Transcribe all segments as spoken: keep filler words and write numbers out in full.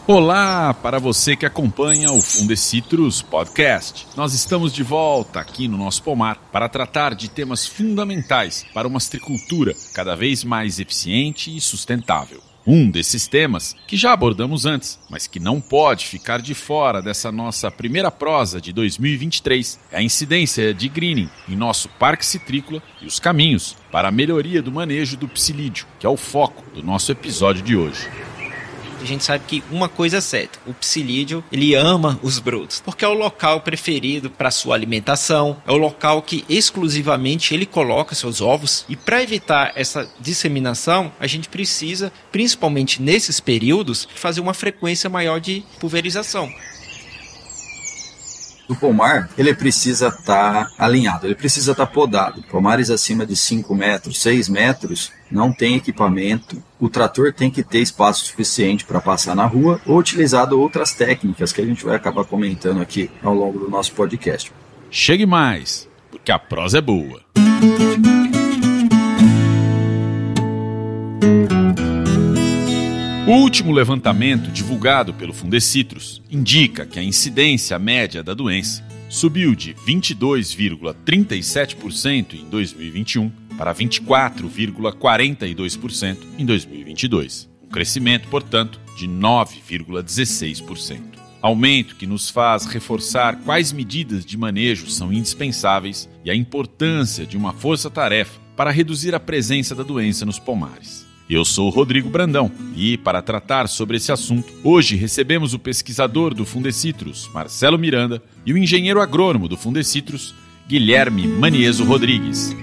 Olá para você que acompanha o Fundecitrus Podcast. Nós estamos de volta aqui no nosso pomar para tratar de temas fundamentais para uma citricultura cada vez mais eficiente e sustentável. Um desses temas que já abordamos antes, mas que não pode ficar de fora dessa nossa primeira prosa de dois mil e vinte e três, é a incidência de greening em nosso parque citrícola e os caminhos para a melhoria do manejo do psilídeo, que é o foco do nosso episódio de hoje. A gente sabe que uma coisa é certa, o psilídeo, ele ama os brotos, porque é o local preferido para sua alimentação, é o local que exclusivamente ele coloca seus ovos, e para evitar essa disseminação, a gente precisa, principalmente nesses períodos, fazer uma frequência maior de pulverização. O pomar, ele precisa estar alinhado, ele precisa estar podado. Pomares acima de cinco metros, seis metros, não tem equipamento. O trator tem que ter espaço suficiente para passar na rua ou utilizado outras técnicas que a gente vai acabar comentando aqui ao longo do nosso podcast. Chegue mais, porque a prosa é boa. O último levantamento divulgado pelo Fundecitrus indica que a incidência média da doença subiu de vinte e dois vírgula trinta e sete por cento em dois mil e vinte e um para vinte e quatro vírgula quarenta e dois por cento em dois mil e vinte e dois, um crescimento, portanto, de nove vírgula dezesseis por cento. Aumento que nos faz reforçar quais medidas de manejo são indispensáveis e a importância de uma força-tarefa para reduzir a presença da doença nos pomares. Eu sou o Rodrigo Brandão e, para tratar sobre esse assunto, hoje recebemos o pesquisador do Fundecitrus, Marcelo Miranda, e o engenheiro agrônomo do Fundecitrus, Guilherme Manieso Rodrigues.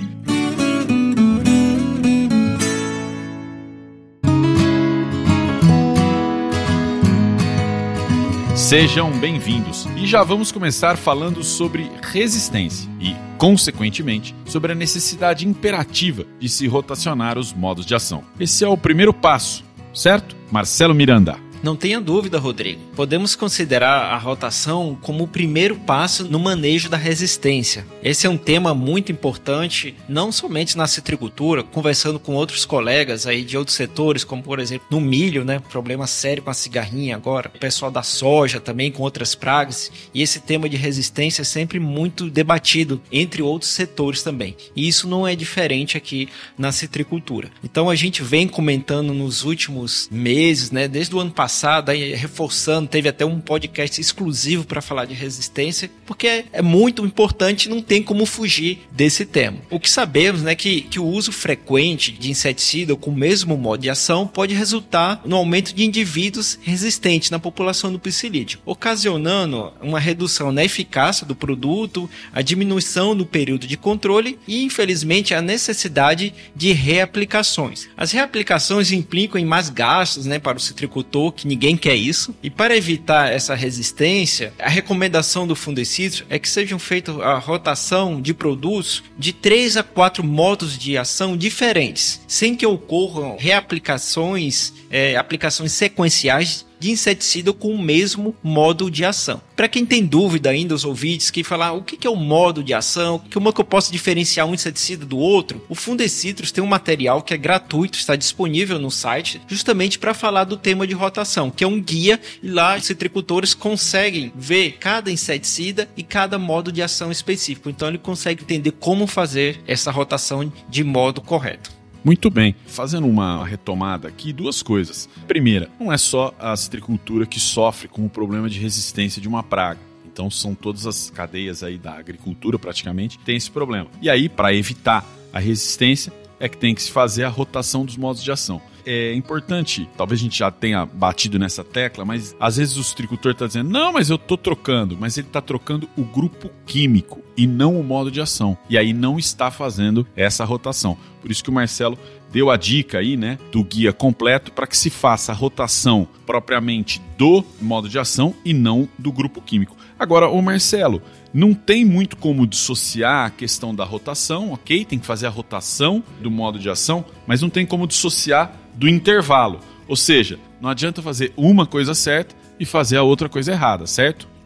Sejam bem-vindos e já vamos começar falando sobre resistência e, consequentemente, sobre a necessidade imperativa de se rotacionar os modos de ação. Esse é o primeiro passo, certo? Marcelo Miranda. Não tenha dúvida, Rodrigo. Podemos considerar a rotação como o primeiro passo no manejo da resistência. Esse é um tema muito importante, não somente na citricultura, conversando com outros colegas aí de outros setores, como por exemplo no milho, né? Problema sério com a cigarrinha agora. O pessoal da soja também com outras pragas. E esse tema de resistência é sempre muito debatido entre outros setores também. E isso não é diferente aqui na citricultura. Então a gente vem comentando nos últimos meses, né? Desde o ano passado, Aí, reforçando, teve até um podcast exclusivo para falar de resistência, porque é muito importante, não tem como fugir desse tema. O que sabemos, né, que, que o uso frequente de inseticida com o mesmo modo de ação pode resultar no aumento de indivíduos resistentes na população do psilídeo, ocasionando uma redução na eficácia do produto, a diminuição do período de controle e, infelizmente, a necessidade de reaplicações. As reaplicações implicam em mais gastos, né, para o citricultor, que ninguém quer isso, e para evitar essa resistência, a recomendação do Fundecitrus é que sejam feitas a rotação de produtos de três a quatro modos de ação diferentes, sem que ocorram reaplicações, é, aplicações sequenciais de inseticida com o mesmo modo de ação. Para quem tem dúvida ainda, os ouvintes que falar o que é o modo de ação, como é que eu posso diferenciar um inseticida do outro, o Fundecitrus tem um material que é gratuito, está disponível no site, justamente para falar do tema de rotação, que é um guia, e lá os citricultores conseguem ver cada inseticida e cada modo de ação específico. Então ele consegue entender como fazer essa rotação de modo correto. Muito bem, fazendo uma retomada aqui, duas coisas. Primeira, não é só a citricultura que sofre com o problema de resistência de uma praga. Então são todas as cadeias aí da agricultura praticamente que tem esse problema. E aí, para evitar a resistência, é que tem que se fazer a rotação dos modos de ação. É importante, talvez a gente já tenha batido nessa tecla, mas às vezes o citricultor está dizendo, não, mas eu estou trocando, mas ele está trocando o grupo químico e não o modo de ação. E aí não está fazendo essa rotação. Por isso que o Marcelo deu a dica aí, né, do guia completo para que se faça a rotação propriamente do modo de ação e não do grupo químico. Agora, ô Marcelo, não tem muito como dissociar a questão da rotação, ok? Tem que fazer a rotação do modo de ação, mas não tem como dissociar do intervalo. Ou seja, não adianta fazer uma coisa certa e fazer a outra coisa errada, certo?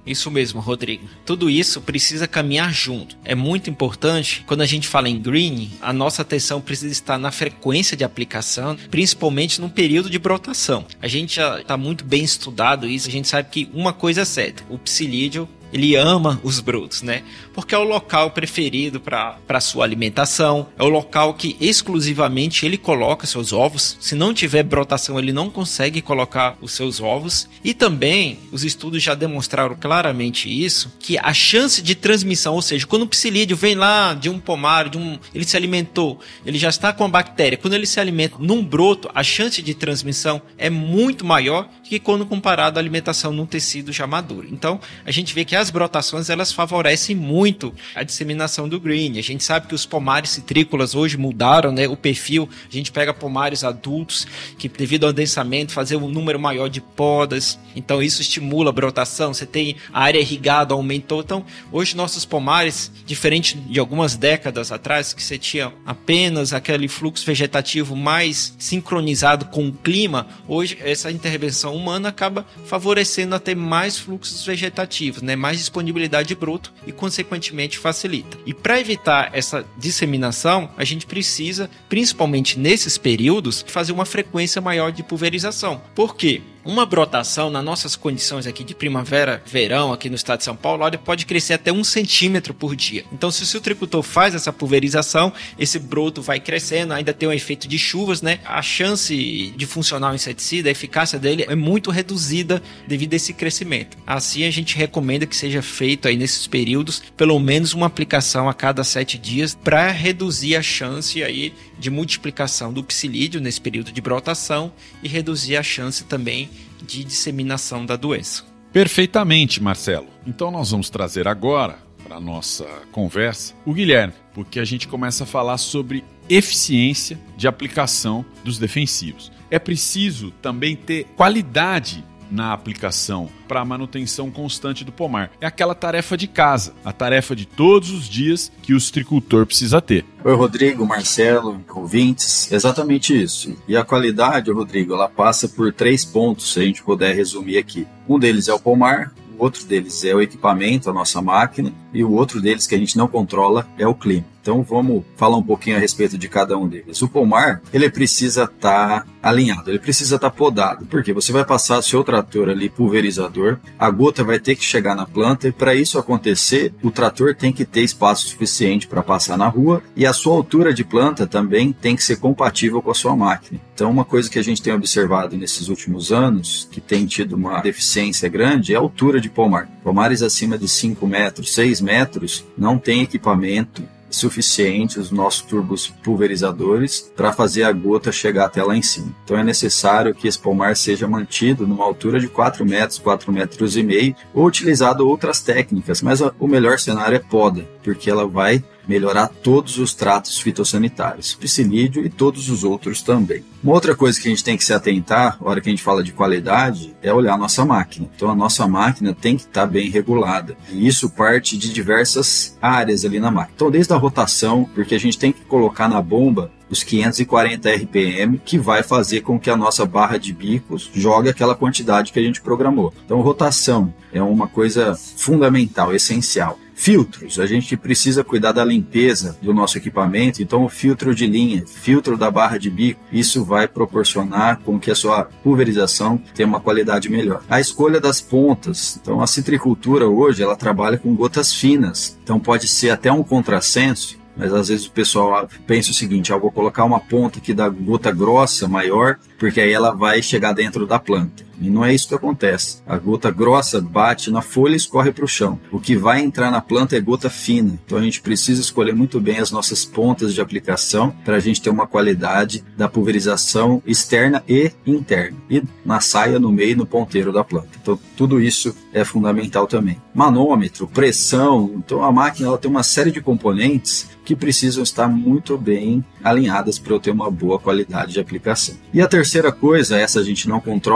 Isso mesmo, Rodrigo. Tudo isso precisa caminhar junto. É muito importante, quando a gente fala em green, a nossa atenção precisa estar na frequência de aplicação, principalmente no período de brotação. A gente já está muito bem estudado isso, a gente sabe que uma coisa é certa, o psilídeo, ele ama os brotos, né? Porque é o local preferido para a sua alimentação, é o local que exclusivamente ele coloca seus ovos. Se não tiver brotação, ele não consegue colocar os seus ovos. E também, os estudos já demonstraram claramente isso, que a chance de transmissão, ou seja, quando o psilídeo vem lá de um pomar, de um, ele se alimentou, ele já está com a bactéria, quando ele se alimenta num broto, a chance de transmissão é muito maior do que quando comparado à alimentação num tecido já maduro. Então, a gente vê que as brotações, elas favorecem muito a disseminação do green. A gente sabe que os pomares citrícolas hoje mudaram, né, o perfil. A gente pega pomares adultos que, devido ao adensamento, fazer um número maior de podas. Então, isso estimula a brotação. Você tem a área irrigada, aumentou. Então, hoje nossos pomares, diferente de algumas décadas atrás, que você tinha apenas aquele fluxo vegetativo mais sincronizado com o clima, hoje essa intervenção humana acaba favorecendo a ter mais fluxos vegetativos, né, mais disponibilidade de broto e, consequentemente, facilita. E para evitar essa disseminação, a gente precisa, principalmente nesses períodos, fazer uma frequência maior de pulverização. Por quê? Uma brotação, nas nossas condições aqui de primavera, verão, aqui no estado de São Paulo, ela pode crescer até um centímetro por dia. Então, se o citricultor faz essa pulverização, esse broto vai crescendo, ainda tem um efeito de chuvas, né? A chance de funcionar o inseticida, a eficácia dele é muito reduzida devido a esse crescimento. Assim, a gente recomenda que seja feito aí nesses períodos, pelo menos uma aplicação a cada sete dias, para reduzir a chance aí de multiplicação do psilídeo nesse período de brotação e reduzir a chance também de disseminação da doença. Perfeitamente, Marcelo. Então nós vamos trazer agora para a nossa conversa o Guilherme, porque a gente começa a falar sobre eficiência de aplicação dos defensivos. É preciso também ter qualidade na aplicação para a manutenção constante do pomar. É aquela tarefa de casa, a tarefa de todos os dias que o citricultor precisa ter. Oi, Rodrigo, Marcelo, ouvintes, exatamente isso. E a qualidade, Rodrigo, ela passa por três pontos, se a gente puder resumir aqui. Um deles é o pomar, o outro deles é o equipamento, a nossa máquina, e o outro deles que a gente não controla é o clima. Então vamos falar um pouquinho a respeito de cada um deles. O pomar, ele precisa estar tá alinhado, ele precisa estar tá podado, porque você vai passar seu trator ali pulverizador, a gota vai ter que chegar na planta e para isso acontecer, o trator tem que ter espaço suficiente para passar na rua e a sua altura de planta também tem que ser compatível com a sua máquina. Então uma coisa que a gente tem observado nesses últimos anos, que tem tido uma deficiência grande, é a altura de pomar. Pomares acima de cinco metros, seis metros, não tem equipamento suficiente, os nossos turbos pulverizadores, para fazer a gota chegar até lá em cima. Então é necessário que esse pomar seja mantido numa altura de quatro metros, quatro metros e meio, ou utilizado outras técnicas, mas o melhor cenário é poda, porque ela vai melhorar todos os tratos fitossanitários, psilídeo e todos os outros também. Uma outra coisa que a gente tem que se atentar, na hora que a gente fala de qualidade, é olhar a nossa máquina. Então a nossa máquina tem que estar bem regulada. E isso parte de diversas áreas ali na máquina. Então desde a rotação, porque a gente tem que colocar na bomba os quinhentos e quarenta R P M, que vai fazer com que a nossa barra de bicos jogue aquela quantidade que a gente programou. Então rotação é uma coisa fundamental, essencial. Filtros, a gente precisa cuidar da limpeza do nosso equipamento, então o filtro de linha, filtro da barra de bico, isso vai proporcionar com que a sua pulverização tenha uma qualidade melhor. A escolha das pontas, então a citricultura hoje ela trabalha com gotas finas, então pode ser até um contrassenso, mas às vezes o pessoal pensa o seguinte, ah, eu vou colocar uma ponta aqui da gota grossa maior, porque aí ela vai chegar dentro da planta. E não é isso que acontece. A gota grossa bate na folha e escorre para o chão. O que vai entrar na planta é gota fina. Então a gente precisa escolher muito bem as nossas pontas de aplicação para a gente ter uma qualidade da pulverização externa e interna. E na saia, no meio, no ponteiro da planta. Então tudo isso é fundamental também. Manômetro, pressão. Então a máquina ela tem uma série de componentes que precisam estar muito bem alinhadas para eu ter uma boa qualidade de aplicação. E a terceira coisa, essa a gente não controla, é clima.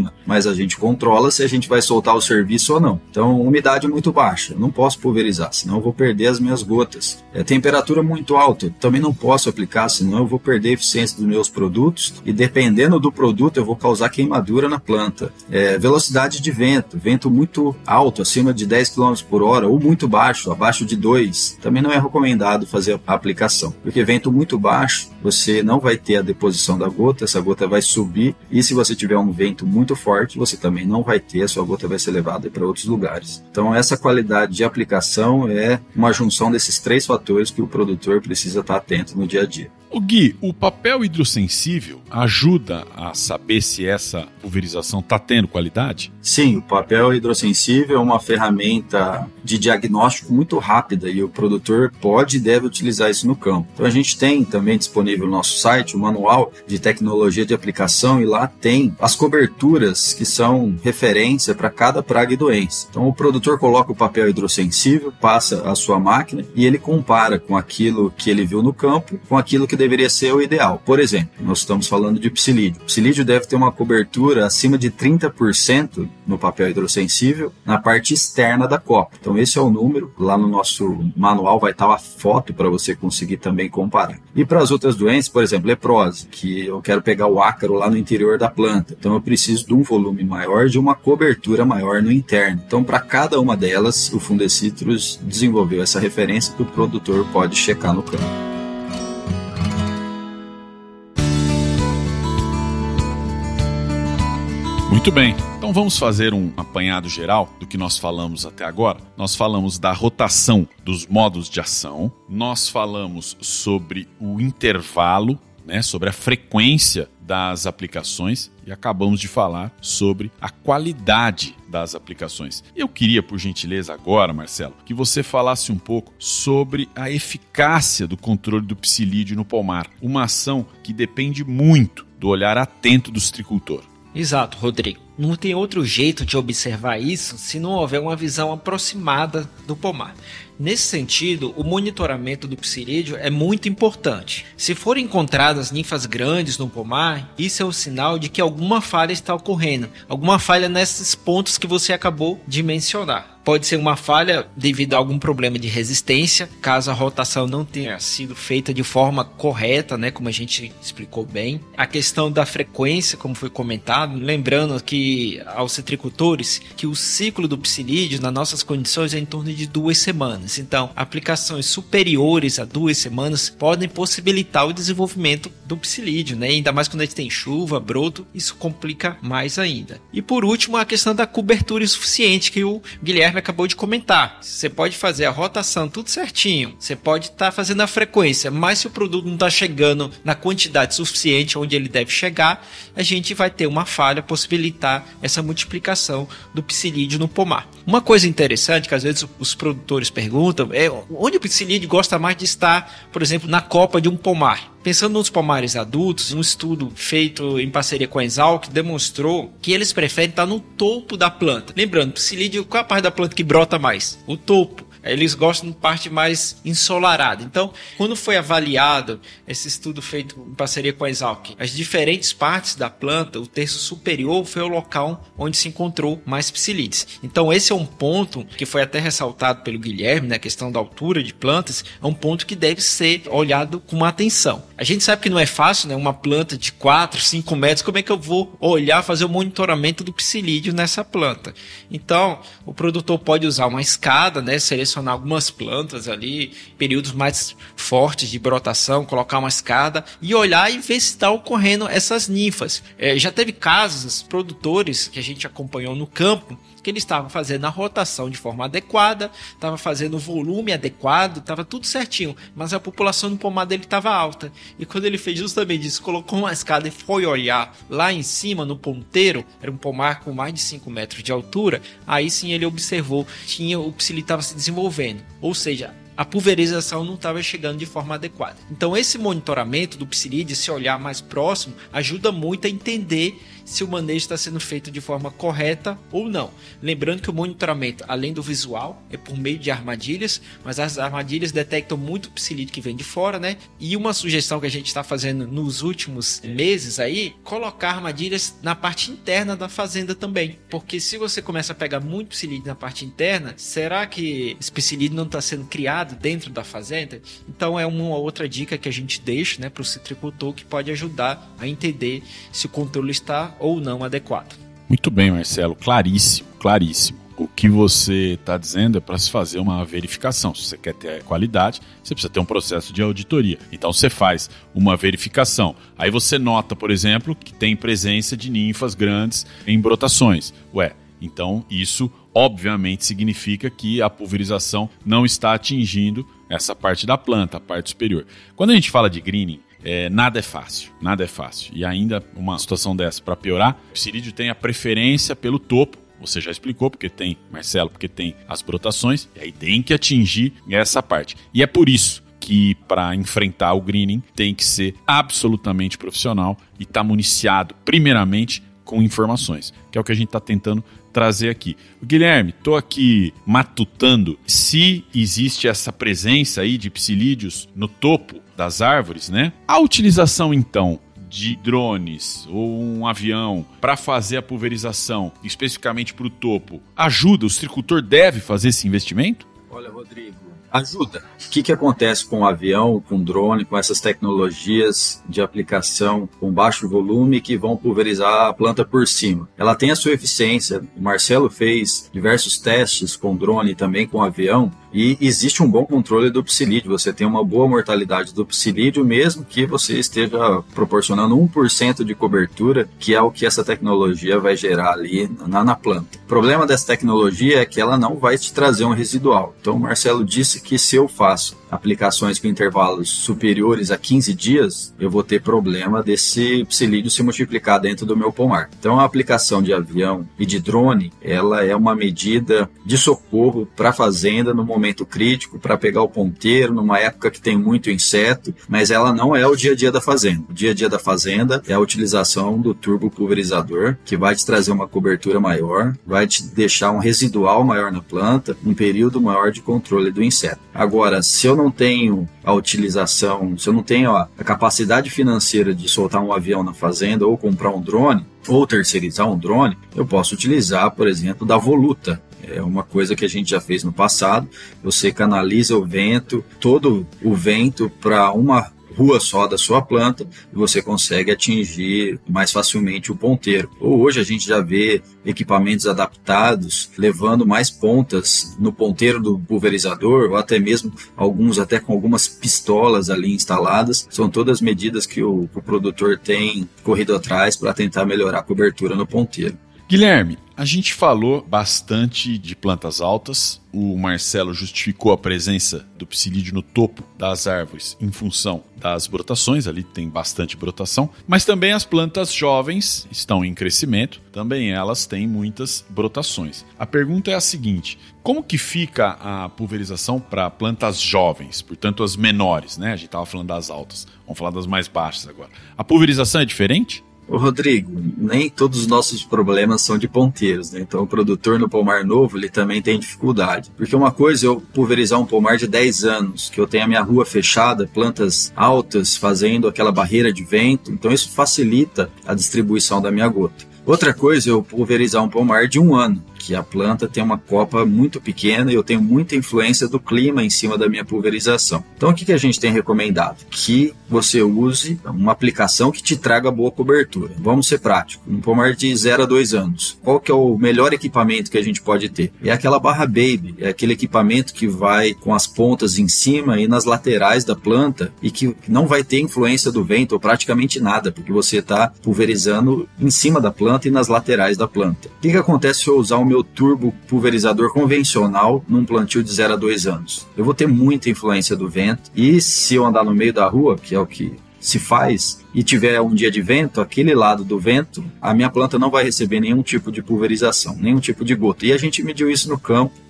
queima, mas a gente controla se a gente vai soltar o serviço ou não. Então, umidade muito baixa, não posso pulverizar, senão eu vou perder as minhas gotas. É, temperatura muito alta, também não posso aplicar, senão eu vou perder a eficiência dos meus produtos e dependendo do produto eu vou causar queimadura na planta. É, velocidade de vento, vento muito alto, acima de dez quilômetros por hora ou muito baixo, abaixo de dois, também não é recomendado fazer a aplicação, porque vento muito baixo, você não vai ter a deposição da gota, essa gota vai subir e se você tiver um vento muito forte, você também não vai ter, a sua gota vai ser levada para outros lugares. Então essa qualidade de aplicação é uma junção desses três fatores que o produtor precisa estar atento no dia a dia. O Gui, o papel hidrossensível ajuda a saber se essa pulverização está tendo qualidade? Sim, o papel hidrossensível é uma ferramenta de diagnóstico muito rápida e o produtor pode e deve utilizar isso no campo. Então a gente tem também disponível no nosso site o manual de tecnologia de aplicação e lá tem as coberturas que são referência para cada praga e doença. Então o produtor coloca o papel hidrossensível, passa a sua máquina e ele compara com aquilo que ele viu no campo, com aquilo que deveria ser o ideal. Por exemplo, nós estamos falando de psilídeo. O psilídeo deve ter uma cobertura acima de trinta por cento no papel hidrossensível na parte externa da copa. Então esse é o número. Lá no nosso manual vai estar a foto para você conseguir também comparar. E para as outras doenças, por exemplo, leprose, que eu quero pegar o ácaro lá no interior da planta. Então eu preciso de um volume maior, de uma cobertura maior no interno. Então para cada uma delas, o Fundecitrus desenvolveu essa referência que o produtor pode checar no campo. Muito bem, então vamos fazer um apanhado geral do que nós falamos até agora. Nós falamos da rotação dos modos de ação, nós falamos sobre o intervalo, né, sobre a frequência das aplicações e acabamos de falar sobre a qualidade das aplicações. Eu queria, por gentileza, agora, Marcelo, que você falasse um pouco sobre a eficácia do controle do psilídeo no pomar, uma ação que depende muito do olhar atento do citricultor. Exato, Rodrigo. Não tem outro jeito de observar isso se não houver uma visão aproximada do pomar. Nesse sentido, o monitoramento do psilídeo é muito importante. Se forem encontradas ninfas grandes no pomar, isso é o sinal de que alguma falha está ocorrendo, alguma falha nesses pontos que você acabou de mencionar. Pode ser uma falha devido a algum problema de resistência, caso a rotação não tenha sido feita de forma correta, né, como a gente explicou bem. A questão da frequência, como foi comentado, lembrando que aos citricultores que o ciclo do psilídeo nas nossas condições é em torno de duas semanas. Então, aplicações superiores a duas semanas podem possibilitar o desenvolvimento do psilídeo, né? Ainda mais quando a gente tem chuva, broto, isso complica mais ainda. E por último, a questão da cobertura insuficiente que o Guilherme acabou de comentar. Você pode fazer a rotação tudo certinho, você pode estar tá fazendo a frequência, mas se o produto não está chegando na quantidade suficiente onde ele deve chegar, a gente vai ter uma falha, possibilitar essa multiplicação do psilídeo no pomar. Uma coisa interessante que às vezes os produtores perguntam é onde o psilídeo gosta mais de estar, por exemplo, na copa de um pomar. Pensando nos pomares adultos, um estudo feito em parceria com a Exalc demonstrou que eles preferem estar no topo da planta. Lembrando, psilídeo, qual é a parte da planta que brota mais? O topo. Eles gostam de parte mais ensolarada. Então, quando foi avaliado esse estudo feito em parceria com a Exalc, as diferentes partes da planta, o terço superior foi o local onde se encontrou mais psilídeos. Então, esse é um ponto que foi até ressaltado pelo Guilherme, né, a questão da altura de plantas, é um ponto que deve ser olhado com uma atenção. A gente sabe que não é fácil, né, uma planta de quatro, cinco metros, como é que eu vou olhar, fazer o monitoramento do psilídeo nessa planta? Então, o produtor pode usar uma escada, né, selecionar algumas plantas ali, períodos mais fortes de brotação, colocar uma escada e olhar e ver se está ocorrendo essas ninfas. É, já teve casos, produtores que a gente acompanhou no campo, que eles estavam fazendo a rotação de forma adequada, estavam fazendo o volume adequado, estava tudo certinho, mas a população do pomar dele estava alta. E quando ele fez justamente isso, colocou uma escada e foi olhar lá em cima, no ponteiro, era um pomar com mais de cinco metros de altura, aí sim ele observou que o psilídeo estava se desenvolvendo. Ou seja, a pulverização não estava chegando de forma adequada. Então esse monitoramento do psilídeo, se olhar mais próximo, ajuda muito a entender se o manejo está sendo feito de forma correta ou não. Lembrando que o monitoramento, além do visual, é por meio de armadilhas, mas as armadilhas detectam muito o psilídeo que vem de fora, né? E uma sugestão que a gente está fazendo nos últimos meses aí, colocar armadilhas na parte interna da fazenda também. Porque se você começa a pegar muito psilídeo na parte interna, será que esse psilídeo não está sendo criado dentro da fazenda? Então é uma outra dica que a gente deixa, né, para o citricultor, que pode ajudar a entender se o controle está ou não adequado. Muito bem, Marcelo, claríssimo, claríssimo. O que você está dizendo é para se fazer uma verificação. Se você quer ter qualidade, você precisa ter um processo de auditoria. Então você faz uma verificação. Aí você nota, por exemplo, que tem presença de ninfas grandes em brotações. Ué, então isso obviamente significa que a pulverização não está atingindo essa parte da planta, a parte superior. Quando a gente fala de greening, É, nada é fácil, nada é fácil. E ainda uma situação dessa, para piorar, o psilídeo tem a preferência pelo topo. Você já explicou, porque tem, Marcelo, porque tem as brotações, e aí tem que atingir essa parte. E é por isso que, para enfrentar o greening, tem que ser absolutamente profissional e estar tá municiado, primeiramente, com informações, que é o que a gente está tentando trazer aqui. Guilherme, estou aqui matutando se existe essa presença aí de psilídeos no topo das árvores, né? A utilização, então, de drones ou um avião para fazer a pulverização, especificamente para o topo, ajuda? O citricultor deve fazer esse investimento? Olha, Rodrigo, ajuda. O que, que acontece com o avião, com o drone, com essas tecnologias de aplicação com baixo volume que vão pulverizar a planta por cima? Ela tem a sua eficiência. O Marcelo fez diversos testes com drone e também com avião, e existe um bom controle do psilídeo. Você tem uma boa mortalidade do psilídeo, mesmo que você esteja proporcionando um por cento de cobertura, que é o que essa tecnologia vai gerar ali na, na planta. O problema dessa tecnologia é que ela não vai te trazer um residual. Então o Marcelo disse que se eu faço aplicações com intervalos superiores a quinze dias, eu vou ter problema desse psilídeo se multiplicar dentro do meu pomar. Então a aplicação de avião e de drone, ela é uma medida de socorro para a fazenda no momento crítico, para pegar o ponteiro numa época que tem muito inseto, mas ela não é o dia a dia da fazenda. O dia a dia da fazenda é a utilização do turbo pulverizador, que vai te trazer uma cobertura maior, vai te deixar um residual maior na planta, um período maior de controle do inseto. Agora, se eu não tenho a utilização, se eu não tenho a, a capacidade financeira de soltar um avião na fazenda ou comprar um drone, ou terceirizar um drone, eu posso utilizar, por exemplo, da voluta. É uma coisa que a gente já fez no passado. Você canaliza o vento, todo o vento para uma rua só da sua planta, e você consegue atingir mais facilmente o ponteiro. Ou hoje a gente já vê equipamentos adaptados levando mais pontas no ponteiro do pulverizador, ou até mesmo alguns até com algumas pistolas ali instaladas. São todas medidas que o, o produtor tem corrido atrás para tentar melhorar a cobertura no ponteiro. Guilherme, a gente falou bastante de plantas altas, o Marcelo justificou a presença do psilídeo no topo das árvores em função das brotações, ali tem bastante brotação, mas também as plantas jovens estão em crescimento, também elas têm muitas brotações. A pergunta é a seguinte: como que fica a pulverização para plantas jovens, portanto as menores, né? A gente estava falando das altas, vamos falar das mais baixas agora. A pulverização é diferente? Ô Rodrigo, nem todos os nossos problemas são de ponteiros, né? Então o produtor no pomar novo, ele também tem dificuldade. Porque uma coisa é eu pulverizar um pomar de dez anos, que eu tenho a minha rua fechada, plantas altas fazendo aquela barreira de vento, então isso facilita a distribuição da minha gota. Outra coisa é eu pulverizar um pomar de um ano, que a planta tem uma copa muito pequena e eu tenho muita influência do clima em cima da minha pulverização. Então o que a gente tem recomendado? Que você use uma aplicação que te traga boa cobertura. Vamos ser práticos. Um pomar de zero a dois anos. Qual que é o melhor equipamento que a gente pode ter? É aquela barra baby, é aquele equipamento que vai com as pontas em cima e nas laterais da planta e que não vai ter influência do vento ou praticamente nada, porque você está pulverizando em cima da planta e nas laterais da planta. O que, que acontece se eu usar o meu turbo pulverizador convencional num plantio de zero a dois anos? Eu vou ter muita influência do vento, e se eu andar no meio da rua, que é o que se faz, e tiver um dia de vento, aquele lado do vento, a minha planta não vai receber nenhum tipo de pulverização, nenhum tipo de gota. E a gente mediu isso no campo,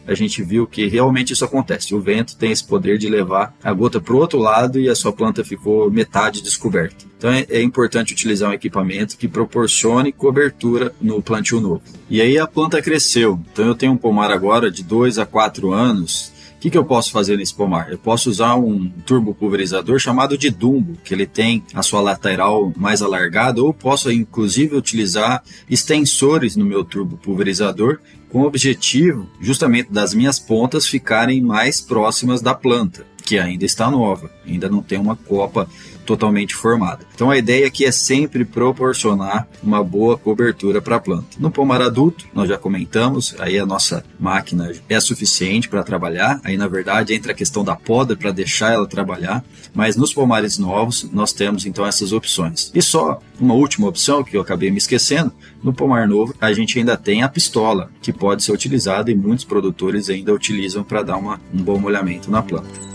a gente viu que realmente isso acontece. O vento tem esse poder de levar a gota para o outro lado e a sua planta ficou metade descoberta. Então é, é importante utilizar um equipamento que proporcione cobertura no plantio novo. E aí a planta cresceu. Então eu tenho um pomar agora de dois a quatro anos. O que, que eu posso fazer nesse pomar? Eu posso usar um turbopulverizador chamado de Dumbo, que ele tem a sua lateral mais alargada, ou posso inclusive utilizar extensores no meu turbopulverizador com o objetivo justamente das minhas pontas ficarem mais próximas da planta, que ainda está nova, ainda não tem uma copa totalmente formada. Então a ideia aqui é sempre proporcionar uma boa cobertura para a planta. No pomar adulto, nós já comentamos, aí a nossa máquina é suficiente para trabalhar, aí na verdade entra a questão da poda para deixar ela trabalhar, mas nos pomares novos nós temos então essas opções. E só uma última opção que eu acabei me esquecendo, no pomar novo a gente ainda tem a pistola, que pode ser utilizada e muitos produtores ainda utilizam para dar uma, um bom molhamento na planta.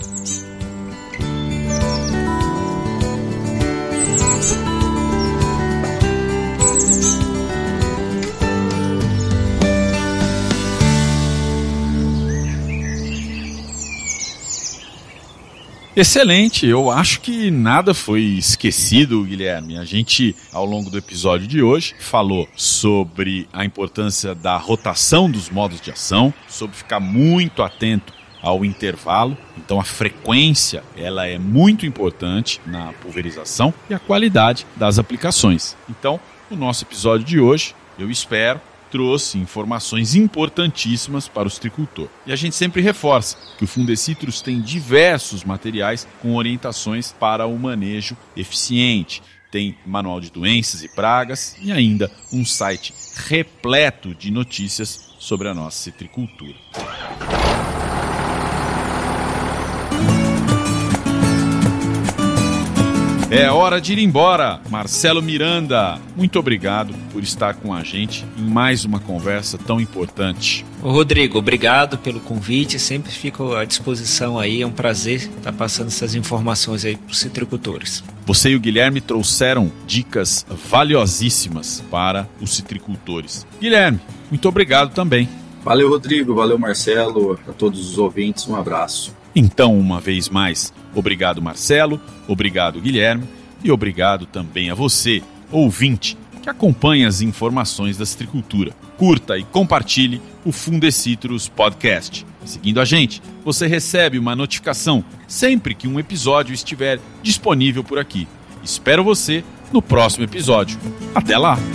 Excelente, eu acho que nada foi esquecido, Guilherme. A gente, ao longo do episódio de hoje, falou sobre a importância da rotação dos modos de ação, sobre ficar muito atento ao intervalo. Então a frequência ela é muito importante na pulverização e a qualidade das aplicações. Então, o nosso episódio de hoje, eu espero, trouxe informações importantíssimas para o citricultor. E a gente sempre reforça que o Fundecitrus tem diversos materiais com orientações para o manejo eficiente. Tem manual de doenças e pragas e ainda um site repleto de notícias sobre a nossa citricultura. É hora de ir embora. Marcelo Miranda, muito obrigado por estar com a gente em mais uma conversa tão importante. Ô Rodrigo, obrigado pelo convite, sempre fico à disposição aí, é um prazer estar passando essas informações aí para os citricultores. Você e o Guilherme trouxeram dicas valiosíssimas para os citricultores. Guilherme, muito obrigado também. Valeu, Rodrigo, valeu, Marcelo, a todos os ouvintes, um abraço. Então, uma vez mais, obrigado Marcelo, obrigado Guilherme e obrigado também a você, ouvinte, que acompanha as informações da citricultura. Curta e compartilhe o Fundecitrus Podcast. Seguindo a gente, você recebe uma notificação sempre que um episódio estiver disponível por aqui. Espero você no próximo episódio. Até lá!